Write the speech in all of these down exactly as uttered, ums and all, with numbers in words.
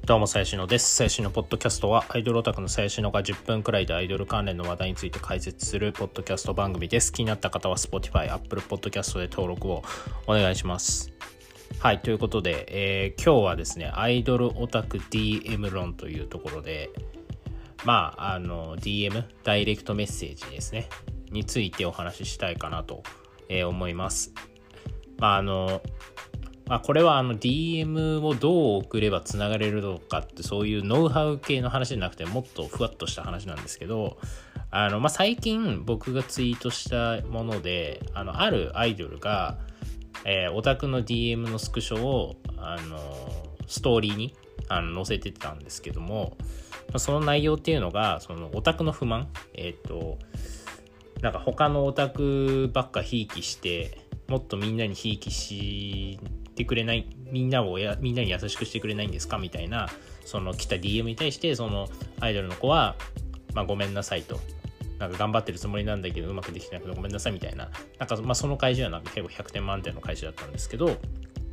どうも、最新のです。最新のポッドキャストはアイドルオタクの最新のがじゅっぷんくらいでアイドル関連の話題について解説するポッドキャスト番組です。気になった方は Spotify、Apple Podcast で登録をお願いします。はい、ということで、えー、今日はですね、アイドルオタク ディーエム 論というところで、まあ、あの ディーエム、ダイレクトメッセージですね、についてお話ししたいかなと、えー、思います。まあ、あのまあ、これはあの ディーエム をどう送ればつながれるのかってそういうノウハウ系の話じゃなくてもっとふわっとした話なんですけど、あの、まあ、最近僕がツイートしたもので あの、あるアイドルが、えー、オタクの ディーエム のスクショをあのストーリーにあの載せてたんですけども、その内容っていうのがそのオタクの不満、えっとなんか他のオタクばっかひいきしてもっとみんなにひいきしてくれない、みんなをやみんなに優しくしてくれないんですかみたいな、その来た ディーエム に対してそのアイドルの子は、まあ、ごめんなさいと、なんか頑張ってるつもりなんだけどうまくできてなくてごめんなさいみたいな、なんかまあその開示はなんか結構ひゃくてん満点の開示だったんですけど、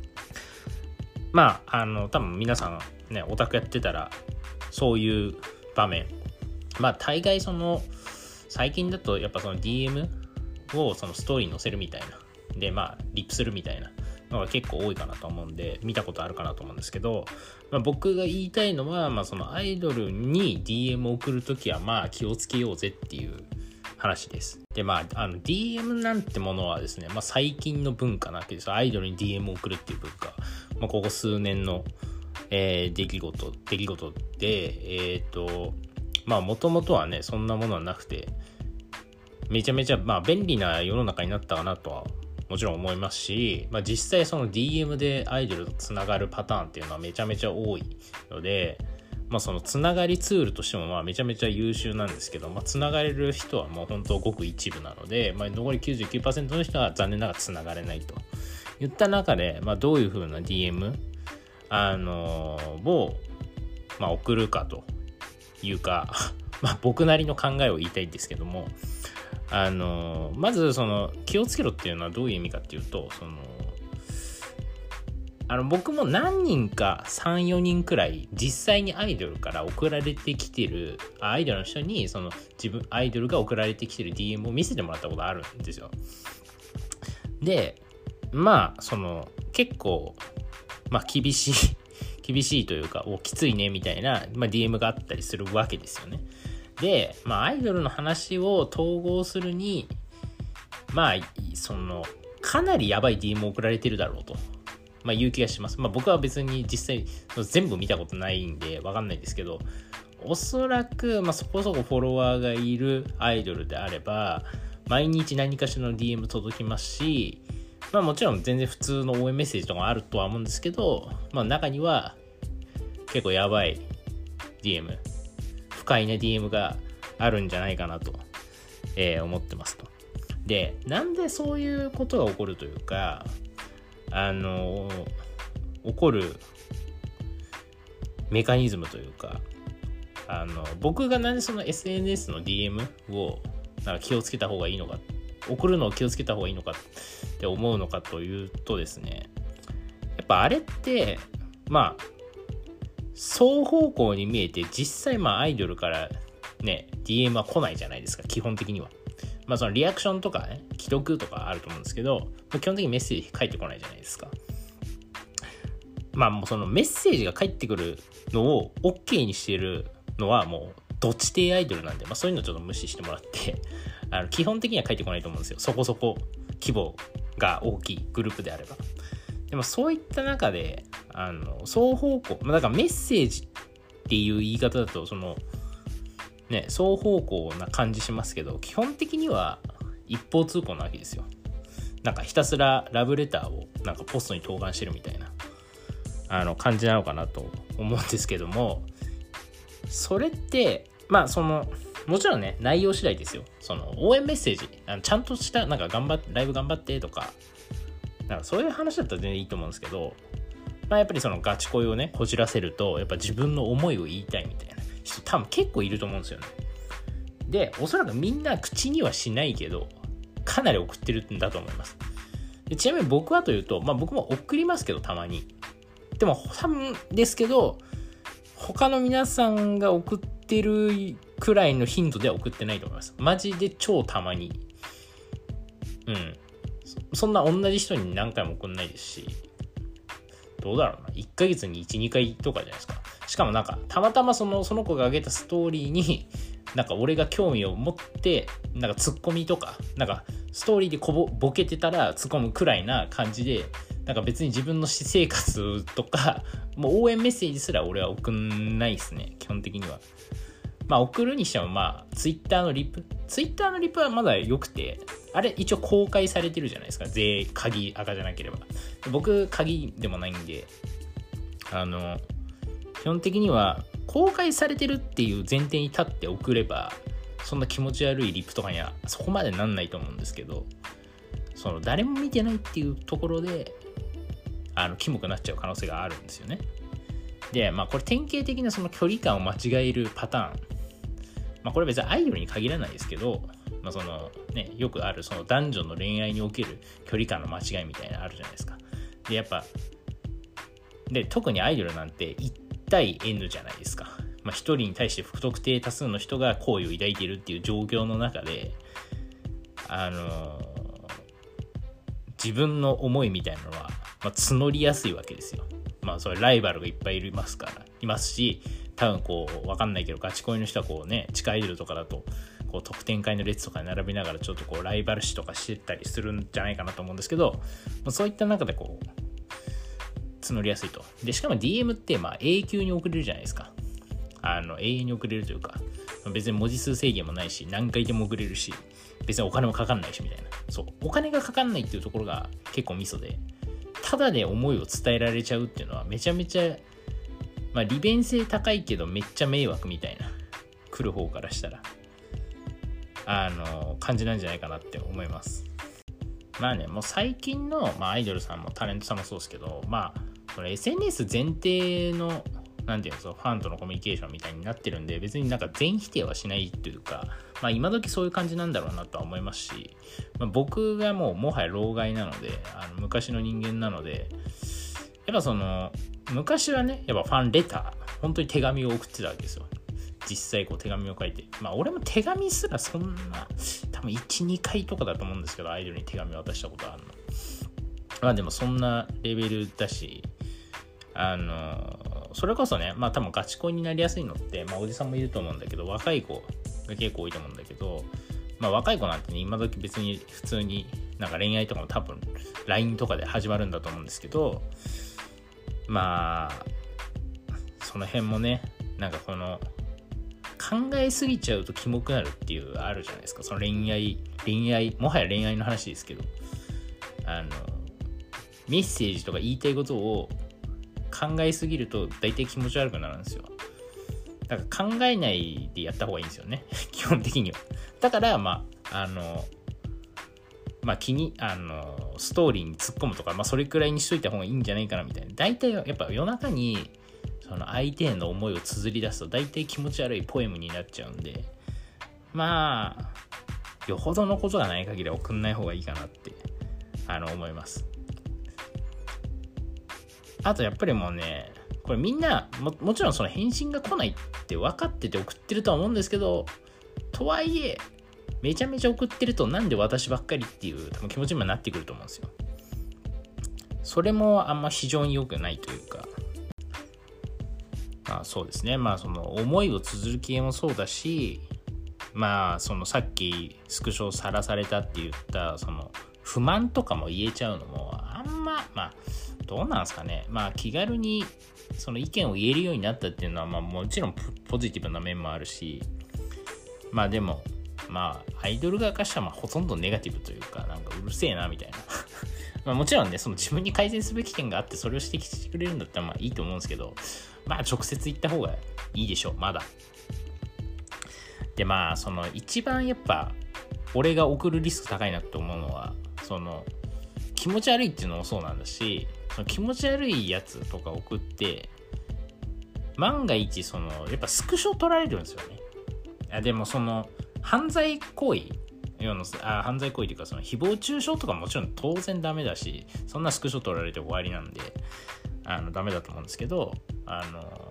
まああの多分皆さんねオタクやってたらそういう場面、まあ大概その最近だとやっぱその ディーエム をそのストーリーに載せるみたいなで、まあリップするみたいなのが結構多いかなと思うんで見たことあるかなと思うんですけど、まあ、僕が言いたいのは、まあ、そのアイドルに ディーエム を送るときはまあ気をつけようぜっていう話です。でまああの ディーエム なんてものはですね、まあ、最近の文化なわけです。アイドルに ディーエム を送るっていう文化、まあ、ここ数年の、えー、出来事出来事でえっ、ー、とまあもともとはねそんなものはなくてめちゃめちゃまあ便利な世の中になったかなとはもちろん思いますし、まあ、実際その ディーエム でアイドルとつながるパターンっていうのはめちゃめちゃ多いので、まあ、そのつながりツールとしてもまあめちゃめちゃ優秀なんですけど、まあ、つながれる人はもう本当ごく一部なので、まあ、残り きゅうじゅうきゅうパーセント の人は残念ながらつながれないといった中で、まあ、どういう風な ディーエム、あのー、を、まあ、送るかというかまあ僕なりの考えを言いたいんですけども、あのまずその気をつけろっていうのはどういう意味かっていうと、そのあの僕も何人か さん,よ 人くらい実際にアイドルから送られてきてるアイドルの人にその自分アイドルが送られてきてる ディーエム を見せてもらったことあるんですよ。でまあその結構まあ厳しい厳しいというかおきついねみたいな、まあ、ディーエム があったりするわけですよね。で、まあ、アイドルの話を統合するに、まあ、その、かなりやばい ディーエム を送られてるだろうと、まあ、いう気がします。まあ、僕は別に実際、全部見たことないんで、わかんないですけど、おそらく、まあ、そこそこフォロワーがいるアイドルであれば、毎日何かしらの ディーエム 届きますし、まあ、もちろん全然普通の応援メッセージとかあるとは思うんですけど、まあ、中には、結構やばい ディーエム、不快な ディーエム があるんじゃないかなと、えー、思ってますと。で、なんでそういうことが起こるというか、あのー、起こるメカニズムというか、あの僕がなんでその エスエヌエス の ディーエム をなんか気をつけた方がいいのか、送るのを気をつけた方がいいのかって思うのかというとですね、やっぱあれってまあ双方向に見えて実際まあアイドルからね ディーエム は来ないじゃないですか、基本的には。まあそのリアクションとかね既読とかあると思うんですけど、基本的にメッセージ返ってこないじゃないですか。まあもうそのメッセージが返ってくるのを OK にしてるのはもうどっち系アイドルなんで、まあそういうのちょっと無視してもらってあの基本的には返ってこないと思うんですよ、そこそこ規模が大きいグループであれば。でもそういった中であの双方向、まあ、だからメッセージっていう言い方だとそのね双方向な感じしますけど、基本的には一方通行なわけですよ。なんかひたすらラブレターをなんかポストに投函してるみたいなあの感じなのかなと思うんですけども、それってまあそのもちろんね内容次第ですよ。その応援メッセージあのちゃんとしたなんか頑張っライブ頑張ってとかなんかそういう話だったら全然いいと思うんですけど、まあ、やっぱりそのガチ恋をねこじらせるとやっぱ自分の思いを言いたいみたいな人多分結構いると思うんですよね。でおそらくみんな口にはしないけどかなり送ってるんだと思います。でちなみに僕はというと、まあ僕も送りますけどたまに。でも多分ですけど他の皆さんが送ってるくらいの頻度では送ってないと思います。マジで超たまに。うん。そ, そんな同じ人に何回も送んないですし、どうだろうな。いっかげつにいち、にかいとかじゃないですか。しかもなんか、たまたまその、その子が上げたストーリーに、なんか俺が興味を持って、なんかツッコミとか、なんかストーリーでこぼボケてたら突っ込むくらいな感じで、なんか別に自分の私生活とか、もう応援メッセージすら俺は送んないですね、基本的には。まあ送るにしてもまあ、ツイッターのリプ、ツイッターのリプはまだ良くて、あれ一応公開されてるじゃないですか、税、鍵赤じゃなければ。僕、鍵でもないんで、あの、基本的には公開されてるっていう前提に立って送れば、そんな気持ち悪いリプとかにはそこまでなんないと思うんですけど、その誰も見てないっていうところで、あのキモくなっちゃう可能性があるんですよね。で、まあこれ典型的なその距離感を間違えるパターン。まあこれ別にアイドルに限らないですけど、まあそのね、よくあるその男女の恋愛における距離感の間違いみたいなのあるじゃないですか。で、やっぱ、で、特にアイドルなんていち対 N じゃないですか。まあひとりに対して不特定多数の人が好意を抱いているっていう状況の中で、あのー、自分の思いみたいなのは、まあ、募りやすいわけですよ。まあそれライバルがいっぱいいますから、いますし、多分こう分かんないけどガチ恋の人はこうね、地下アイドルとかだとこう特典会の列とかに並びながらちょっとこうライバル視とかしてたりするんじゃないかなと思うんですけど、そういった中でこう募りやすいと。でしかも ディーエム ってまあ永久に送れるじゃないですか。あの永遠に送れるというか、別に文字数制限もないし、何回でも送れるし、別にお金もかかんないしみたいな。そう、お金がかかんないっていうところが結構ミソで、ただで思いを伝えられちゃうっていうのはめちゃめちゃ、まあ利便性高いけどめっちゃ迷惑みたいな、来る方からしたらあの感じなんじゃないかなって思います。まあね、もう最近の、まあ、アイドルさんもタレントさんもそうですけど、まあその エスエヌエス 前提のなんていうの、ファンとのコミュニケーションみたいになってるんで、別になんか全否定はしないというか、まあ今時そういう感じなんだろうなとは思いますし、まあ、僕がもうもはや老害なので、あの昔の人間なので、やっぱその昔はね、やっぱファンレター、本当に手紙を送ってたわけですよ。実際こう手紙を書いて、まあ俺も手紙すらそんな多分いち、にかいとかだと思うんですけど、アイドルに手紙を渡したことあるの。まあでもそんなレベルだし、あのそれこそね、まあ多分ガチ恋になりやすいのって、まあおじさんもいると思うんだけど、若い子が結構多いと思うんだけど、まあ若い子なんてね、今時別に普通になんか恋愛とかも多分 ライン とかで始まるんだと思うんですけど、まあその辺もね、なんかこの考えすぎちゃうとキモくなるっていうあるじゃないですか。その恋愛恋愛もはや恋愛の話ですけど、あのメッセージとか言いたいことを考えすぎると大体気持ち悪くなるんですよ。だから考えないでやった方がいいんですよね、基本的には。だからまああのまあ気にあのストーリーに突っ込むとか、まあそれくらいにしといた方がいいんじゃないかなみたいな。大体やっぱ夜中にその相手への思いを綴り出すと大体気持ち悪いポエムになっちゃうんで、まあよほどのことがない限りは送んない方がいいかなってあの思います。あとやっぱりもうね、これみんな も, もちろんその返信が来ないって分かってて送ってるとは思うんですけど、とはいえめちゃめちゃ送ってるとなんで私ばっかりっていう多分気持ちにもなってくると思うんですよ。それもあんま非常に良くないというか、まあそうですね、まあその思いを綴る系もそうだし、まあそのさっきスクショさらされたって言ったその不満とかも言えちゃうのもあんままあどうなんですかね。まあ気軽にその意見を言えるようになったっていうのはまあもちろんポジティブな面もあるし、まあでもまあアイドル側からしたらまあほとんどネガティブというか、なんかうるせえなみたいなまあもちろんね、その自分に改善すべき点があってそれを指摘してくれるんだったらまあいいと思うんですけど、まあ直接言った方がいいでしょう、まだ。でまあその一番やっぱ俺が送るリスク高いなって思うのは、その気持ち悪いっていうのもそうなんだし、その気持ち悪いやつとか送って万が一そのやっぱスクショ取られるんですよね。あでもその犯罪行為要のあ犯罪行為というかその誹謗中傷とかもちろん当然ダメだし、そんなスクショ取られて終わりなんであのダメだと思うんですけど、あの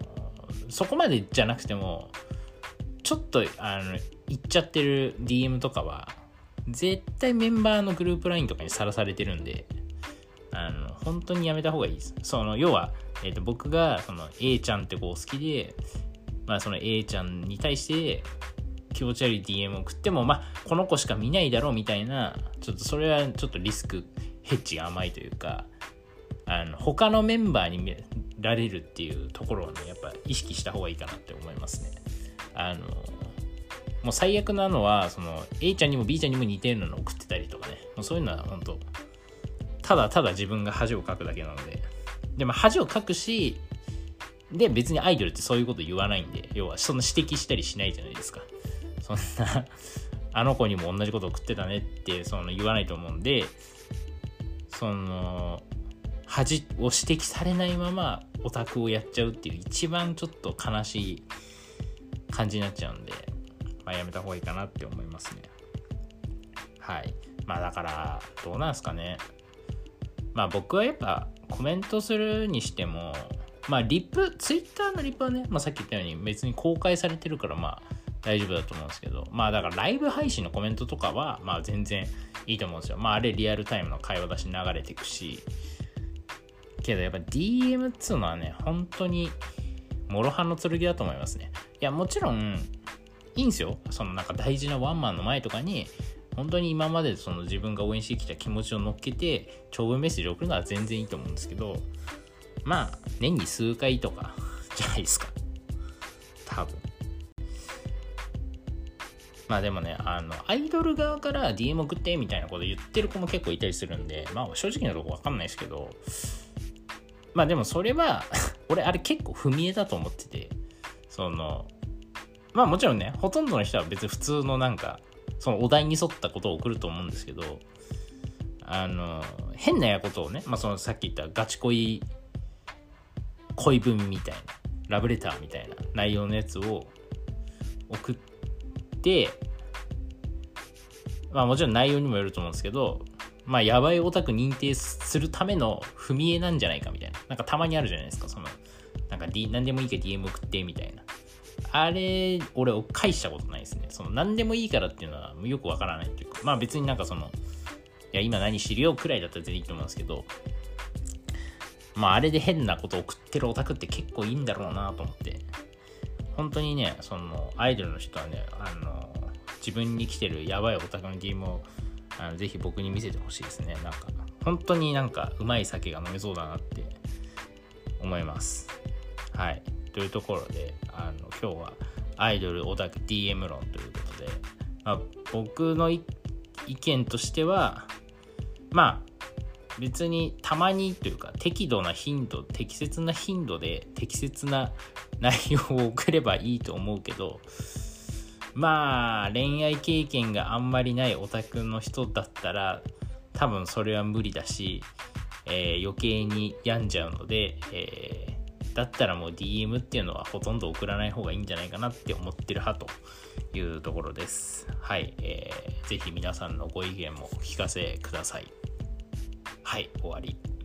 そこまでじゃなくてもちょっとあの言っちゃってる ディーエム とかは絶対メンバーのグループ ライン とかにさらされてるんで、あの本当にやめた方がいいです。その要は、えーと、僕がその A ちゃんって子を好きで、まあ、その A ちゃんに対して気持ち悪い ディーエム を送っても、まあ、この子しか見ないだろうみたいな、ちょっとそれはちょっとリスクヘッジが甘いというか、あの他のメンバーに見られるっていうところをね、やっぱ意識した方がいいかなって思いますね。あのもう最悪なのはその A ちゃんにも B ちゃんにも似てるのを送ってたりとかね、もうそういうのは本当ただただ自分が恥をかくだけなので、でも恥をかくし、で別にアイドルってそういうこと言わないんで、要はその指摘したりしないじゃないですか。そんなあの子にも同じことを送ってたねってその言わないと思うんで、その恥を指摘されないままオタクをやっちゃうっていう一番ちょっと悲しい感じになっちゃうんで、まあ、やめた方がいいかなって思いますね。はい。まあだからどうなんですかね。まあ僕はやっぱコメントするにしても、まあリプ、ツイッターのリプはね、まあさっき言ったように別に公開されてるからまあ大丈夫だと思うんですけど、まあだからライブ配信のコメントとかはまあ全然いいと思うんですよ。まああれリアルタイムの会話だし流れていくし、けどやっぱ ディーエム っつうのはね、本当に諸刃の剣だと思いますね。いやもちろんいいんですよ。そのなんか大事なワンマンの前とかに本当に今までその自分が応援してきた気持ちを乗っけて長文メッセージを送るのは全然いいと思うんですけど、まあ年に数回とかじゃないですか、多分。まあでもね、あのアイドル側から ディーエム 送ってみたいなこと言ってる子も結構いたりするんで、まあ正直なとこ分かんないですけど、まあでもそれは俺あれ結構踏み絵だと思ってて、そのまあもちろんね、ほとんどの人は別に普通のなんかそのお題に沿ったことを送ると思うんですけど、あの変なやことをね、まあそのさっき言ったガチ恋恋文みたいなラブレターみたいな内容のやつを送って、まあもちろん内容にもよると思うんですけど、まあヤバいオタク認定するための踏み絵なんじゃないかみたいな、なんかたまにあるじゃないですか、そのなんか、D、何でもいいから ディーエム 送ってみたいな。あれ俺を返したことないですね。その何でもいいからっていうのはよくわからないっていうか、まあ別になんかそのいや今何してるよくらいだったら全然いいと思うんですけど、まああれで変なことを送ってるオタクって結構いいんだろうなと思って、本当にね、そのアイドルの人はね、あの自分に来てるやばいオタクの ディーエム をあのぜひ僕に見せてほしいですね。なんか本当になんかうまい酒が飲めそうだなって思います。はい。というところで、あの今日はアイドルオタク ディーエム 論ということで、まあ、僕の意見としては、まあ別にたまにというか適度な頻度、適切な頻度で適切な内容を送ればいいと思うけど、まあ恋愛経験があんまりないオタクの人だったら多分それは無理だし、えー、余計に病んじゃうので、えーだったらもう ディーエム っていうのはほとんど送らない方がいいんじゃないかなって思ってる派というところです。はい、えー、ぜひ皆さんのご意見もお聞かせください。はい、終わり。